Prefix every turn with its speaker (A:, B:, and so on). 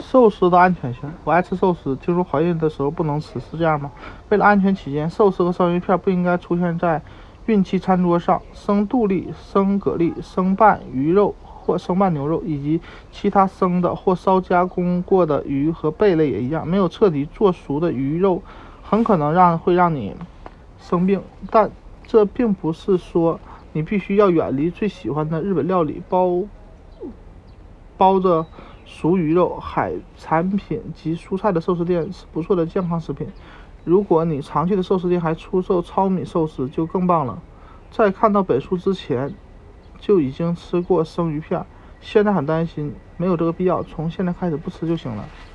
A: 寿司的安全性，我爱吃寿司，听说怀孕的时候不能吃，是这样吗？为了安全起见，寿司和生鱼片不应该出现在孕期餐桌上。生杜丽、生蛤蜊、生拌鱼肉或生拌牛肉，以及其他生的或稍加工过的鱼和贝类也一样，没有彻底做熟的鱼肉很可能会让你生病，但这并不是说你必须要远离最喜欢的日本料理，包着熟鱼肉、海产品及蔬菜的寿司店是不错的健康食品。如果你常去的寿司店还出售糙米寿司，就更棒了。在看到本书之前就已经吃过生鱼片，现在很担心，没有这个必要，从现在开始不吃就行了。